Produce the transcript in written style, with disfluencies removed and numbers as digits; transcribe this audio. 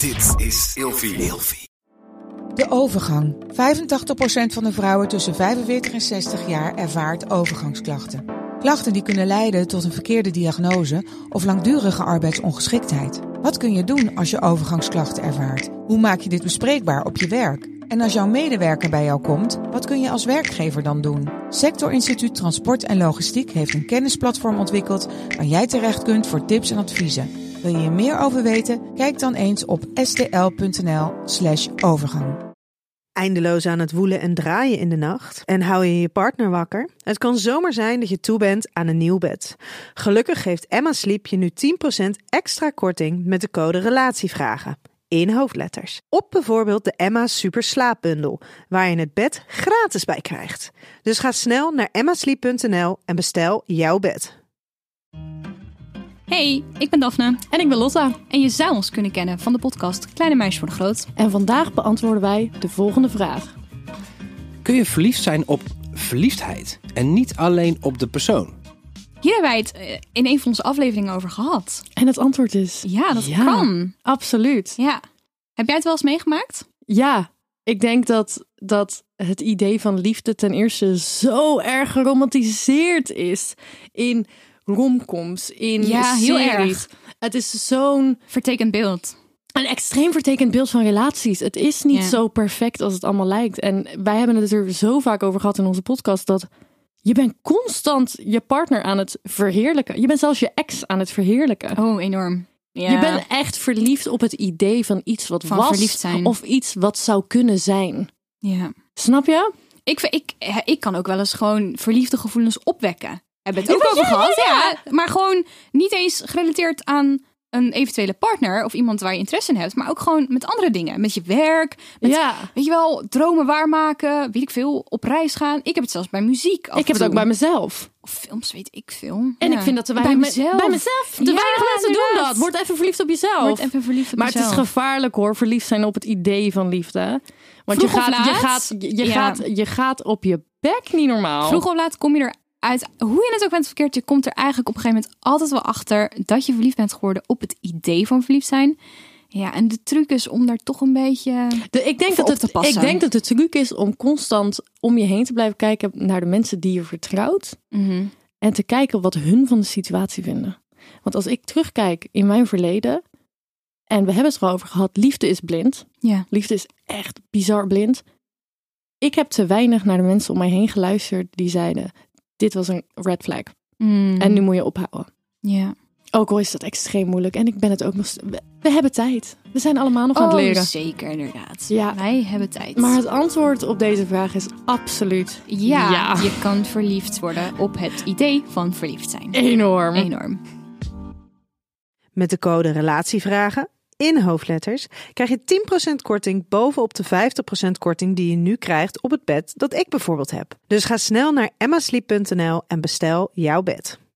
Dit is Ilfie. De overgang. 85% van de vrouwen tussen 45 en 60 jaar ervaart overgangsklachten. Klachten die kunnen leiden tot een verkeerde diagnose of langdurige arbeidsongeschiktheid. Wat kun je doen als je overgangsklachten ervaart? Hoe maak je dit bespreekbaar op je werk? En als jouw medewerker bij jou komt, wat kun je als werkgever dan doen? Sectorinstituut Transport en Logistiek heeft een kennisplatform ontwikkeld waar jij terecht kunt voor tips en adviezen. Wil je hier meer over weten? Kijk dan eens op stl.nl/overgang. Eindeloos aan het woelen en draaien in de nacht en hou je je partner wakker? Het kan zomaar zijn dat je toe bent aan een nieuw bed. Gelukkig geeft Emma Sleep je nu 10% extra korting met de code RELATIEVRAGEN. In hoofdletters. Op bijvoorbeeld de Emma Super Slaapbundel, waar je het bed gratis bij krijgt. Dus ga snel naar emmasleep.nl en bestel jouw bed. Hey, ik ben Daphne. En ik ben Lotta. En je zou ons kunnen kennen van de podcast Kleine Meisjes Worden Groot. En vandaag beantwoorden wij de volgende vraag. Kun je verliefd zijn op verliefdheid en niet alleen op de persoon? Hier hebben wij het in een van onze afleveringen over gehad. En het antwoord is... Ja, dat kan. Absoluut. Ja. Heb jij het wel eens meegemaakt? Ja, ik denk dat het idee van liefde ten eerste zo erg geromantiseerd is in romcoms, in heel series. Erg. Het is zo'n vertekend beeld. Een extreem vertekend beeld van relaties. Het is niet zo perfect als het allemaal lijkt. En wij hebben het er zo vaak over gehad in onze podcast dat je bent constant je partner aan het verheerlijken. Je bent zelfs je ex aan het verheerlijken. Oh, enorm. Ja. Je bent echt verliefd op het idee van iets wat van was verliefd zijn. Of iets wat zou kunnen zijn. Ja. Snap je? Ik kan ook wel eens gewoon verliefde gevoelens opwekken. Hebben we het ook over gehad? Ja. Maar gewoon niet eens gerelateerd aan een eventuele partner of iemand waar je interesse in hebt, maar ook gewoon met andere dingen. Met je werk, met, weet je wel, dromen waarmaken, weet ik veel, op reis gaan. Ik heb het zelfs bij muziek. Ik heb het ook bij mezelf. Of films, weet ik veel. En ik vind dat te weinig bij mezelf. De weinig mensen doen dat. Word even verliefd op jezelf. Word even verliefd op maar jezelf. Het is gevaarlijk hoor, verliefd zijn op het idee van liefde. Want je gaat op je bek niet normaal. Vroeg of laat kom je eruit. Hoe je het ook bent verkeerd, je komt er eigenlijk op een gegeven moment altijd wel achter dat je verliefd bent geworden op het idee van verliefd zijn. Ja, en de truc is om daar toch een beetje ik denk dat de truc is om constant om je heen te blijven kijken naar de mensen die je vertrouwt. Mm-hmm. En te kijken wat hun van de situatie vinden. Want als ik terugkijk in mijn verleden, en we hebben het er al over gehad, liefde is blind. Ja. Liefde is echt bizar blind. Ik heb te weinig naar de mensen om mij heen geluisterd die zeiden, dit was een red flag. En nu moet je ophouden. Ja. Ook al is dat extreem moeilijk. En ik ben het ook nog... We hebben tijd. We zijn allemaal nog aan het leren. Zeker, inderdaad. Ja. Wij hebben tijd. Maar het antwoord op deze vraag is absoluut ja. Je kan verliefd worden op het idee van verliefd zijn. Enorm. Met de code RELATIEVRAGEN in hoofdletters krijg je 10% korting bovenop de 50% korting die je nu krijgt op het bed dat ik bijvoorbeeld heb. Dus ga snel naar emmasleep.nl en bestel jouw bed.